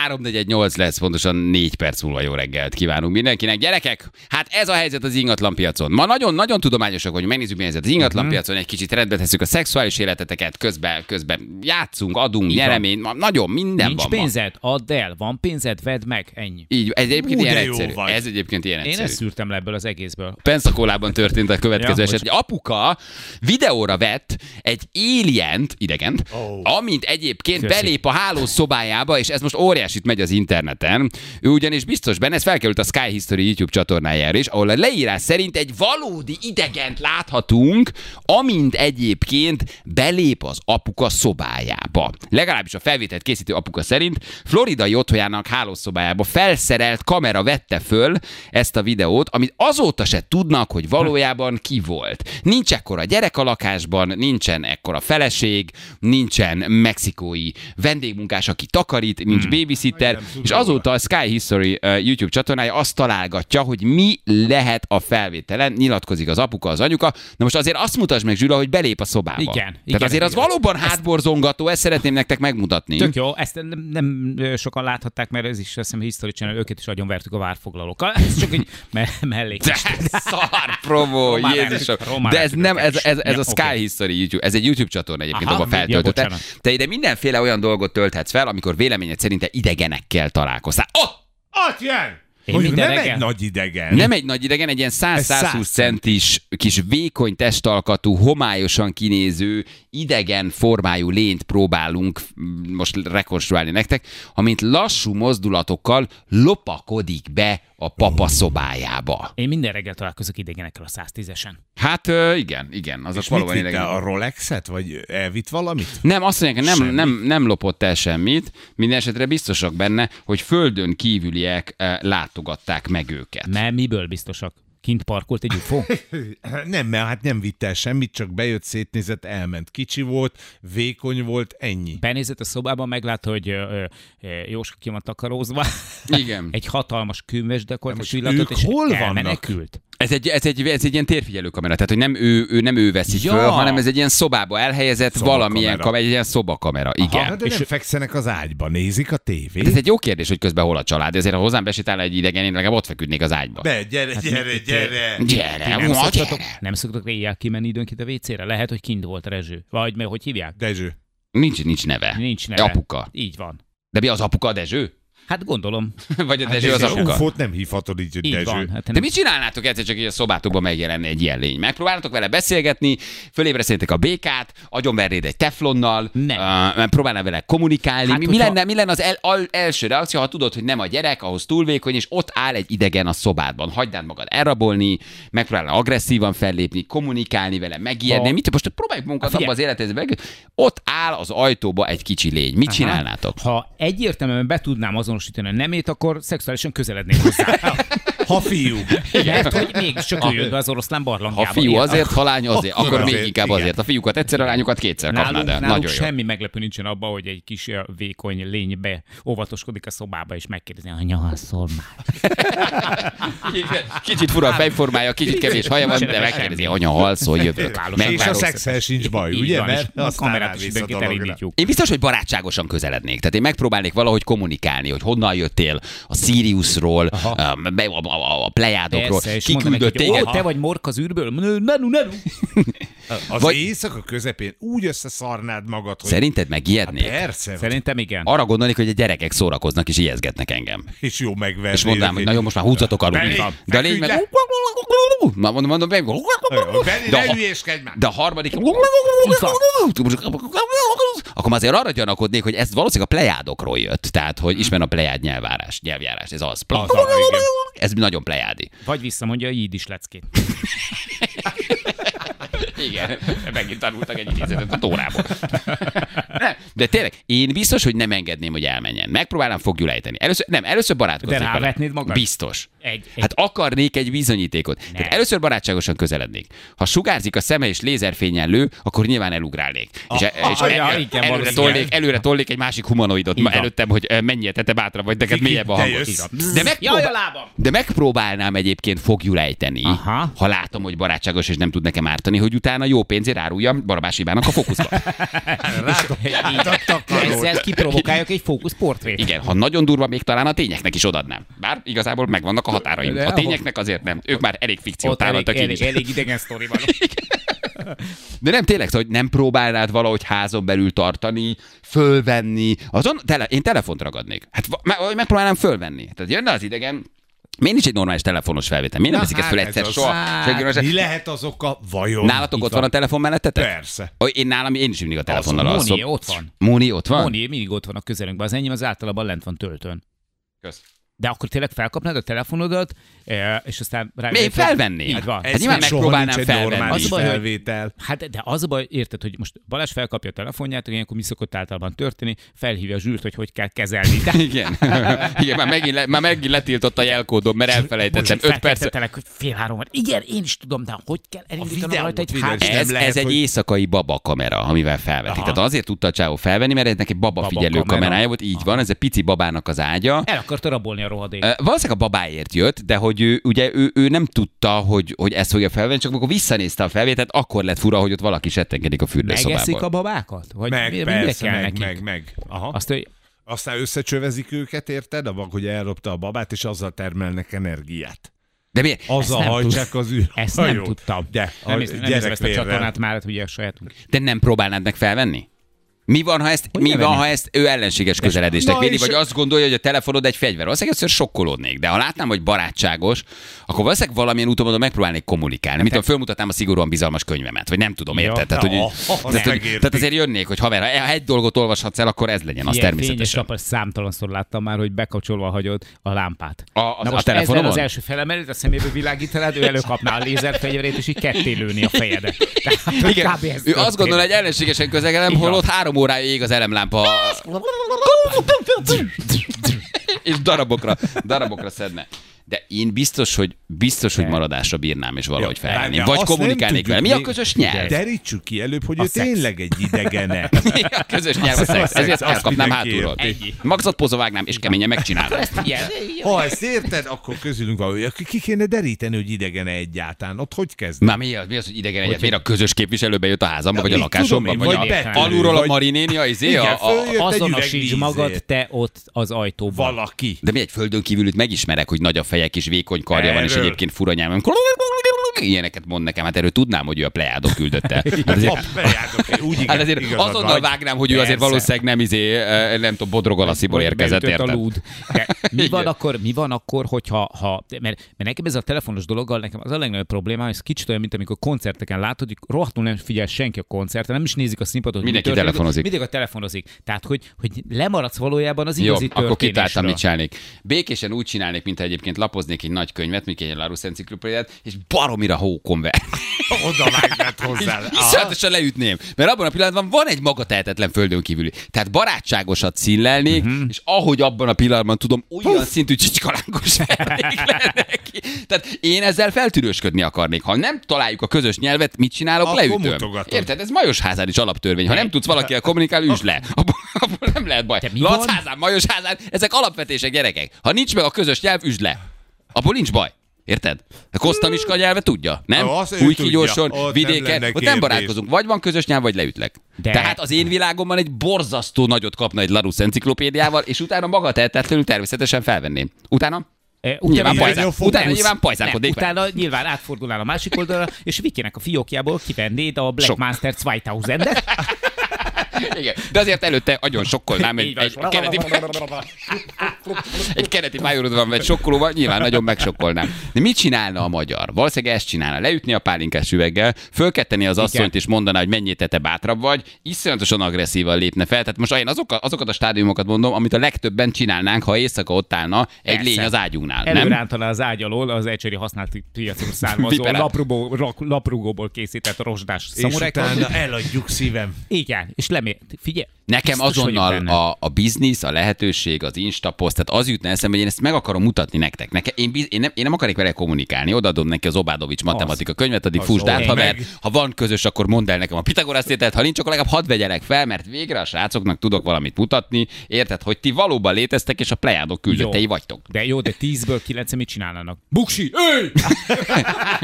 3-4-1-8 lesz, pontosan 4 perc múlva jó reggelt kívánunk mindenkinek. Gyerekek, hát ez a helyzet az ingatlanpiacon. Ma nagyon-nagyon tudományosak vagyunk, megnézzük, mi helyzet az ingatlanpiacon, egy kicsit rendbe tesszük a szexuális életeteket, közben játszunk, adunk, nyeremény, nagyon minden Nincs van. pénzed, add el, van pénzed, vedd meg, ennyi. Így, ez egyébként ilyen egyszerű. vagy. Ez egyébként ilyen Én egyszerű. ezt szűrtem le ebből az egészből. Pensacólában történt a következő Ja, eset. Egy apuka videóra vett egy alient, idegent, Oh. amint egyébként Köszi. belép a hálószobájába, és ez most óriásit megy az interneten. Ő ugyanis biztos benne, ez felkerült a Sky History YouTube csatornájára is, ahol a leírás szerint egy valódi idegent láthatunk, amint egyébként belép az apuka szobájába. Legalábbis a felvételt készítő apuka szerint floridai otthonjának hálószobájába felszerelt kamera vette föl ezt a videót, amit azóta se tudnak, hogy valójában ki volt. Nincs ekkora gyerek a lakásban, nincsen ekkora feleség, nincsen mexikói vendégmunkás, aki takarít, nincs babysitter, és azóta a Sky History YouTube csatornája azt találgatja, hogy mi lehet a felvételen, nyilatkozik az apuka, az anyuka. Na most azért azt mutasd meg, Zsula, hogy belép a szobába. Igen, Tehát azért az valóban hátborzongató, ezt szeretném nektek megmutatni. Tök jó, ezt nem sokan láthatták, mert ez is, azt hiszem, History Channel, őket is agyonvertük a várfoglalókkal. Ez csak egy mellékes. Szar promó, Román Jézusom. román De ez nem, ez Ja, a Sky oké. History YouTube, ez egy YouTube csatorna egyébként, Aha, ahol ja, feltöltötte. bocsánat. Te ide mindenféle olyan dolgot tölthetsz fel, amikor véleményed szerint te idegenekkel találkoztál. Atyán! Én Mondjuk minden nem reggel- egy nagy idegen. Nem egy nagy idegen, egy ilyen 100-120 centis, kis vékony testalkatú, homályosan kinéző, idegen formájú lényt próbálunk most rekonstruálni nektek, amint lassú mozdulatokkal lopakodik be a papa szobájába. Én minden reggel találkozok idegenekkel a 110-esen. Hát igen, azok És mit valóban vitte, idegen. a Rolexet? Vagy elvitt valamit? Nem, azt mondják, hogy Semmit. nem lopott el semmit, minden esetre biztosak benne, hogy földön kívüliek látogatták meg őket. Mert miből biztosak? Kint parkolt egy UFO? Nem, mert hát nem vitt el semmit, csak bejött, szétnézett, elment. Kicsi volt, vékony volt, ennyi. Benézett a szobában, meglátta, hogy Jóska ki van takarózva. Igen. Egy hatalmas kőmves dekolt most illatot, ők és hol vannak? Ez elmenekült. egy ilyen térfigyelő kamera, tehát hogy nem ő veszi Ja. föl, hanem ez egy ilyen szobába elhelyezett Szobakamera. valamilyen kamera, egy ilyen szobakamera. Igen. Hát de nem fekszenek az ágyba, nézik a tévét. Ez egy jó kérdés, hogy közben hol a család, ezért ha hozzám besétál egy idegen, én legalább ott feküdnék az ágyba. Gyere. Gyere, Nem ma, szoktatok, gyere. nem szoktatok éjjel kimenni időnként a WC-re? Lehet, hogy kint volt Rezső. Vagy mert hogy hívják? Dezső. Nincs neve. Nincs neve. Apuka. Így van. De mi az apuka, a Dezső? Hát gondolom. Vagy a Dezső az Az apuka? UFO-t nem hívhatod így, hogy Így Dezső. van. Hát De nem... mit csinálnátok egyszer csak így a szobátokban megjelenne egy ilyen lény? Megpróbálnátok vele beszélgetni, fölébresztétek a békát, agyonvernéd egy teflonnal, próbálnál vele kommunikálni. Hát, Mi lenne az első reakció, ha tudod, hogy nem a gyerek, ahhoz túl vékony, és ott áll egy idegen a szobádban. Hagynád magad elrabolni, megpróbálnál agresszívan fellépni, kommunikálni vele, megijedni. Mit most próbáljuk magunkat abban az életezbe meg. Ott áll az ajtóba egy kicsi lény. Mit csinálnátok? Ha egyértelműen be tudnám azonosítani a nemét, akkor szexuálisan közelednék hozzá. Ha fiú. Mert hogy mégiscsak ő jött be az oroszlán barlangjába. Ha fiú Ilyen. azért, ha lány azért, Akkor akkor még azért, inkább igen. azért. A fiúkat egyszer, a lányokat kétszer kapnád el. Nálunk Nagyon jó. semmi meglepő nincsen abban, hogy egy kis vékony lény óvatoskodik a szobába, és megkérdezi, anya, alszol már. Kicsit fura a fejformája, kicsit kevés haja van, de Nincsenek megkérdezi, semmi. anya, halszol, jövök. Válasz. És a Megvárom. szexel sincs baj, Így ugye? van, és Mert a aztán kamerát is rávisz a mindenkit dologra. elindítjuk. Én biztos, hogy barátságosan közelednék. Tehát én megpróbálnék valahogy kommunikálni, hogy honnan jöttél a Siriusról, a Plejádokról, Persze, és mondanak, kiküldött hogy téged. te vagy Mork az űrből? Nenu. Az Vagy- éjszaka közepén úgy összeszarnád magad, hogy... Szerinted megijednék? Persze, Szerintem igen. Arra gondolnék, hogy a gyerekek szórakoznak és ijeszgetnek engem. és jó megverni. És mondanám, hogy na jó, most már húzzatok aludni. Benni, De a lény meg... feküdj Mondom, Benni, De ne ha- hülyéskedj már! De a harmadik... Akkor már azért arra gyanakodnék, hogy ez valószínűleg a plejádokról jött. Tehát, hogy ismerem a plejád nyelvjárás. Ez az. Ez nagyon plejádi. Vagy visszamondja a Jídis leckét. Igen, megint tanultak egy idézetet a Tórából. Nem, de tényleg, én biztos, hogy nem engedném, hogy elmenjen. Megpróbálnám fogjulejteni. Először barátkoznék De vele. rávetnéd magad? Biztos. Egy. Hát akarnék egy bizonyítékot. Tehát először barátságosan közelednék. Ha sugárzik a szeme és lézerfényen lő, akkor nyilván elugrálnék. És igen, előre tolnék egy másik humanoidot Így van. előttem, hogy mennyire te bátrabb vagy, neked Kiki, mélyebb a te hangod. jössz. Jaj, a lábam! De megpróbálnám egyébként fogjulejteni, Aha. ha látom, hogy barátságos és nem tud nekem ártani, hogy utána jó pénzért áruljam Barabás Ivának a fókuszba. Ezzel kiprovokáljuk egy fókuszportrét. Igen, ha nagyon durva, még talán a tényeknek is odadnám. Bár igazából megvannak a határaim. A tényeknek azért nem. Ők már elég fikciót támadtak így is. Elég idegen sztori van. De nem tényleg, hogy nem próbálnád valahogy házon belül tartani, fölvenni. Én telefont ragadnék. Hát megpróbálnám fölvenni. Tehát jönne az idegen, miért nincs egy normális telefonos felvétel? Miért nem veszik ezt föl egyszer soha? Mi lehet az oka? Vajon? Nálatok ott van a telefon mellettetek? Persze. Én is mindig a telefonnal alszom. Móni ott van. Móni ott van? Móni mindig ott van a közelünkben. Az enyém az általában lent van töltőn. Kösz. De akkor tényleg felkapnád a telefonodat, és aztán rá... Miért felvenni? Hát van. Hát nyilván megpróbálnám felvenni. Normális Az a baj, felvétel. Hát de az a baj, érted, hogy most Balázs felkapja a telefonját, ilyenkor mi szokott általában történni, felhívja a Zsűrt, hogy kell kezelni. Igen. Igen, már megint letiltott a jelkódom, mert elfelejtettem. 5 perc. Hogy 2:30 van. Igen, én is tudom, de hogy kell elindítani rajta egy videót Ez egy éjszakai baba kamera, amivel felvetik. Tehát azért tudta a csávó felvenni, mert ennek egy baba figyelő kamerája volt, így van, ez egy pici babának az ágya. El akarta rabolni a rohadék. Valószínűleg a babáért jött, de hogy ő nem tudta, hogy ezt fogja felvenni, csak amikor visszanézte a felvételt, akkor lett fura, hogy ott valaki settenkedik a fürdőszobából. Megeszik a babákat? Vagy Meg, persze, meg. Aha. Azt, Aztán összecsövezik őket, érted? A vak, hogy elropta a babát, és azzal termelnek energiát. De miért? Azzal hajtsák az űrhajót. Ezt nem tudtam. De nem nézem ezt a csatornát már, ugye a sajátunk. De nem próbálnád meg felvenni? Mi van, ha ezt ő ellenséges közeledésnek véli, vagy azt gondolja, hogy a telefonod egy fegyver? Valószínűleg először sokkolódnék, de ha látnám, hogy barátságos, akkor valószínűleg valamilyen úton megpróbálnék kommunikálni. Mint ha fölmutatnám a szigorúan bizalmas könyvemet, vagy nem tudom, érted? Tehát azért jönnék, hogy haver, ha egy dolgot olvashatsz el, akkor ez legyen, az természetesen. Fényes számtalanszor láttam már, hogy bekapcsolva hagyod a lámpát. A telefonon az első felemelőt, a szemébe világítanád, ő előkapná a lézerfegyverét, és így ketté lőni a fejedet. Igen, ő azt gondolja, hogy ellenségesen közegelem, holott 3 órája ég az elemlámpa. És darabokra szedne. De én biztos, hogy maradásra bírnám, és valahogy felvenni. Vagy kommunikálnék vele. Mi a közös nyelv? Derítsük ki előbb, hogy ő tényleg egy idegene. A közös nyelv a szex. Ezért elkapnám hátulról. Maxot pozovágnám, és keményen megcsinálnám. Ha ezt érted, akkor közülünk valami. Ki kéne deríteni, hogy idegene egyáltalán? Ott hogy kezd? Már mi az, hogy idegen egyet? Miért a közös képviselőbe jött a házamba, vagy a lakásomba? Vagy alulról a Marinéni, azonosíts magad te ott az ajtóban. Valaki. De mi egy földön kívül megismerek, hogy nagy a fejek és vékony karja van, és egyébként fura nyelven. Ilyeneket mond nekem, hát erről tudnám, hogy ő a Plejádok küldötte. Hát azért azonnal vágnám, hogy ő azért valószínűleg nem tudom, Bodrogalasziból érkezett, érted? Mi van akkor, hogyha, mert nekem ez a telefonos dologgal, nekem az a legnagyobb probléma, ez kicsit olyan, mint amikor koncerteken látod, hogy rohadtul nem figyel senki a koncerten, nem is nézik a színpadot. Mindenki telefonozik. Mindig telefonozik. Tehát, hogy lemaradsz valójában az igazi történésről. Akkor kitáltam, mit csinálnék. Békésen úgy csinálnék, mint egyébként lapoznék egy nagy könyvet, mint egy Larousse enciklopédiát, és baromira hókon ver. Oda vágnád hozzá. Iszonyatosan leütném. Mert abban a pillanatban van egy maga tehetetlen földön kívüli. Tehát barátságosat színlelnék, és ahogy abban a pillanatban tudom, olyan szintű csicskalánkos vernék le neki. Tehát én ezzel feltűrősködni akarnék. Ha nem találjuk a közös nyelvet, mit csinálok? Akkor leütöm. mutogatod. Érted? Ez Majosházán is alaptörvény. Ha nem tudsz valakivel kommunikálni, üsd le. Abból nem lehet baj. Lacsházán, Majosházán, ezek alapvetések, gyerekek. Ha nincs meg a közös nyelv, üsd le. Abból nincs baj. Érted? A Kosztamiska nyelve tudja, nem? Újki gyorsan, vidéken, ott nem barátkozunk. Vagy van közös nyelv, vagy leütlek. Tehát az én világomban egy borzasztó nagyot kapna egy Larousse enciklopédiával, és utána maga tehetetlenül természetesen felvenném. Utána nyilván pajzálkodnék. Utána nyilván átfordulnál a másik oldalra, és Vikinek a fiókjából kivennéd a Black Master 2000-et. Igen, de azért előtte nagyon sokkolnám egy keleti májorodban vett sokkolóval, nyilván nagyon megsokkolnám. De mit csinálna a magyar? Valószínűleg ezt csinálna. Leütni a pálinkás üveggel, fölketteni az asszonyt és mondaná, hogy mennyire te bátrabb vagy, iszonyatosan agresszívan lépne fel. Tehát most én azokat a stádiumokat mondom, amit a legtöbben csinálnánk, ha éjszaka ott állna egy lény az ágyunknál. Előrántaná az ágy alól az egyseri használt piacról származó laprugóból készített rozsdás szamurákat. És utána eladjuk szívem. Igen, és figyelj. Nekem azonnal a biznisz, a lehetőség, az Instapost, tehát az jutna eszembe, hogy én ezt meg akarom mutatni nektek. Én nem akarok vele kommunikálni, odaadom neki az Obadovics matematika könyvet, addig fusd át, ha van közös, akkor mondd el nekem a Pitagorasz tételt, ha nincs, akkor legalább hadd vegyelek fel, mert végre a srácoknak tudok valamit mutatni, érted, hogy ti valóban léteztek, és a Plejádok küldöttei vagytok. De 10-ből 9 mit csinálnának? Buksi!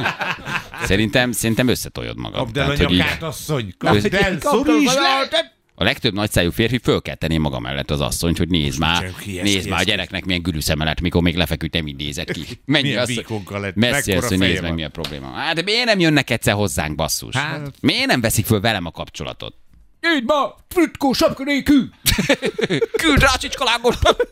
Szerintem összetoljod magad. Kapd el a nyakát, asszony! Kapd el, A legtöbb nagyszájú férfi fölkelteném maga mellett az asszonyt, hogy nézd már a gyereknek milyen gülüszeme lett, mikor még lefeküdt, nem így nézett ki. Milyen víkonka lett, messzi mekkora hogy feje nézd meg, van. mi a probléma. Hát de miért nem jönnek egyszer hozzánk, basszus? Hát. Miért nem veszik föl velem a kapcsolatot? Így ma, fritkó, sapka nélkül! Küld rá a csicskalágos!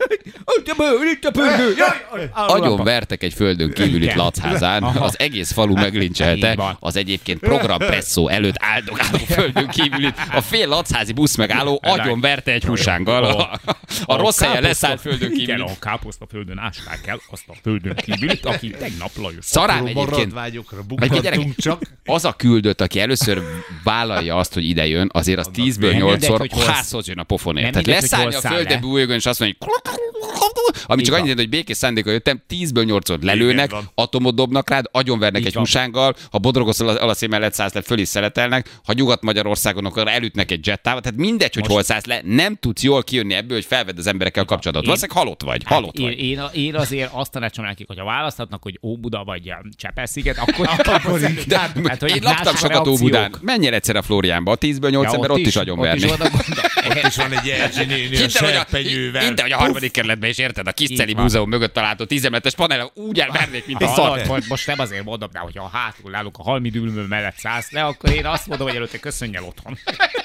Itt a pörgő! Agyon vertek egy földön kívülit Igen. Lacházán, az egész falu Így meglincselte, van. az egyébként programpresszó előtt áldogáló földön kívülit, a fél lacházi busz megálló agyon verte egy húsánggal. A rossz helyen leszállt földön Igen, kívülit. a káposzta földön ásták el azt a földön kívülit, aki tegnap Lajos. Szarám egyébként. Maradványokra Egyébként bukkantunk csak. Az a küldött, aki először vállalja azt, hogy ide jön, azért az 10-ből nem 8-szor mindegy, hogy hol- házhoz jön a pofonért. nem Tehát mindegy, hogy leszállni a hol száll földbe le. bújjon, és azt mondja, hogy ami csak Így annyit, hogy békés szándékkal jöttem, 10-ből 8-szor lelőnek, van. atomot dobnak rád, agyonvernek Így egy van. húsánggal, ha bodrogosz alaszé mellett szállsz le, föl is szeletelnek, ha Nyugat-Magyarországon, akkor elütnek egy jettával, tehát mindegy, hogy hol szállsz le, nem tudsz jól kijönni ebből, hogy felvedd az emberekkel kapcsolatot. Én- Valószínűleg halott vagy, halott vagy. Én azért azt tanácsolom nekik, hogyha választhatnak, hogy Óbuda vagy Csepel-sziget, akkor De hát, hogy én laktam lássák a sokat Óbudán. reakciók. Menjél egyszer a Flóriánba, a 10-ből 8 ember ott is agyonverni. Ott is van egy Erzsi néni a Hidd el, serpenyővel. hogy a harmadik kerületben is érted, a Kisceli Így van. Múzeum mögött található 10 emeletes panelen úgy elvernék, mint a szar. Most nem azért mondom, de hogyha hátul állok a halmidülmő mellett szállsz le, akkor én azt mondom, hogy előtte köszönj el otthon.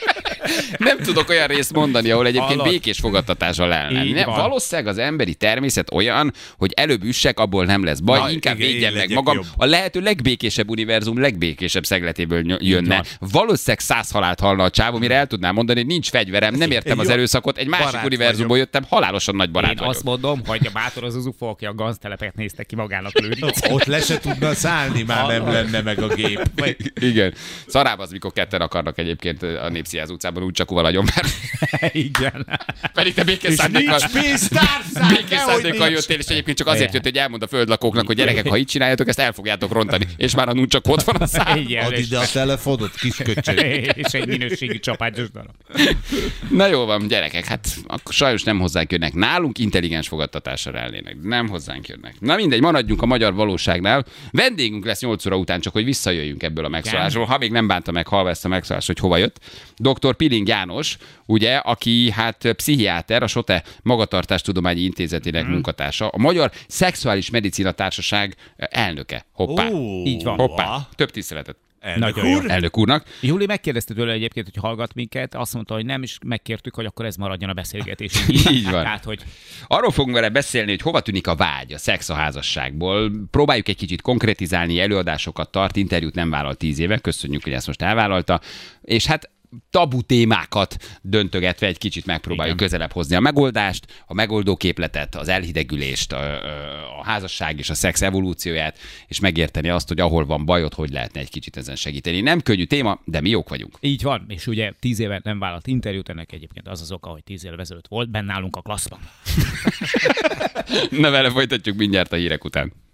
Nem tudok olyan részt mondani, ahol egyébként Hallod? békés fogadtatással lenne. Így Nem, van. valószínűleg az emberi természet olyan, hogy előbb üssek, abból nem lesz baj, Na, inkább igen, én védjem meg legyek magam. jobb. A lehető legbékésebb univerzum legbékésebb szegletéből jönne. Valószínűleg 100 halált halna a csávó, mire el tudnám mondani, hogy nincs fegyverem, nem értem az Jó. erőszakot, egy másik Barát univerzumból jöttem, halálosan nagy barát Én vagyok. azt mondom, hogy a bátor az UFO, aki a ganztelepet nézte ki magának lőrinc. Ott le se tudna szállni, már nem lenne meg a gép. Igen. Szarább az, mikor ketten akarnak egyébként a Népszínház utcában úgy csak uval Igen. Pedig te békés szándékkal... Nincs pénztárcán, Békés szándékkal jöttél, és egyébként csak azért jöttél, hogy elmond a földlakóknak, hogy gyerekek, ha így csináljátok, ezt el fogjátok rontani. És már a nun csak ott van a szám. Igen, Add ide a telefonot, kis köcsög. és egy minőségi csapágyos darab. Na jó van, gyerekek, hát akkor sajnos nem hozzánk jönnek. Nálunk intelligens fogadtatásra elnének. Nem hozzánk jönnek. Na mindegy, maradjunk a magyar valóságnál. Vendégünk lesz 8 óra után, csak hogy visszajöjjünk ebből a megszólásról. Ha még nem bánta meg halva ezt a megszólást, hogy hova jött. Dr. Piling János, ugye, aki hát pszichiáter, a SOTE Magatartástudományi Intézetének munkatársa, a Magyar Szexuális Medicina Társaság elnöke. Hoppá. Így van. Hoppá. Több tiszteletet. Nagyon jó. Elnök úrnak. Júli megkérdezte tőle egyébként, hogy hallgat minket, azt mondta, hogy nem, és megkértük, hogy akkor ez maradjon a beszélgetés. Így van. Tehát, hogy Arról fogunk vele beszélni, hogy hova tűnik a vágy, a szex a házasságból. Próbáljuk egy kicsit konkretizálni, előadásokat tart, interjút nem vállal 10 éve, köszönjük, hogy ezt most elvállalta. És hát tabu témákat döntögetve egy kicsit megpróbáljuk közelebb hozni a megoldást, a megoldóképletet, az elhidegülést, a házasság és a szex evolúcióját, és megérteni azt, hogy ahol van bajod, hogy lehetne egy kicsit ezen segíteni. Nem könnyű téma, de mi jók vagyunk. így van, és ugye 10 éve nem vállalt interjút, ennek egyébként az az oka, hogy 10 évvel ezelőtt volt benne nálunk a klasszban. Na vele folytatjuk mindjárt a hírek után.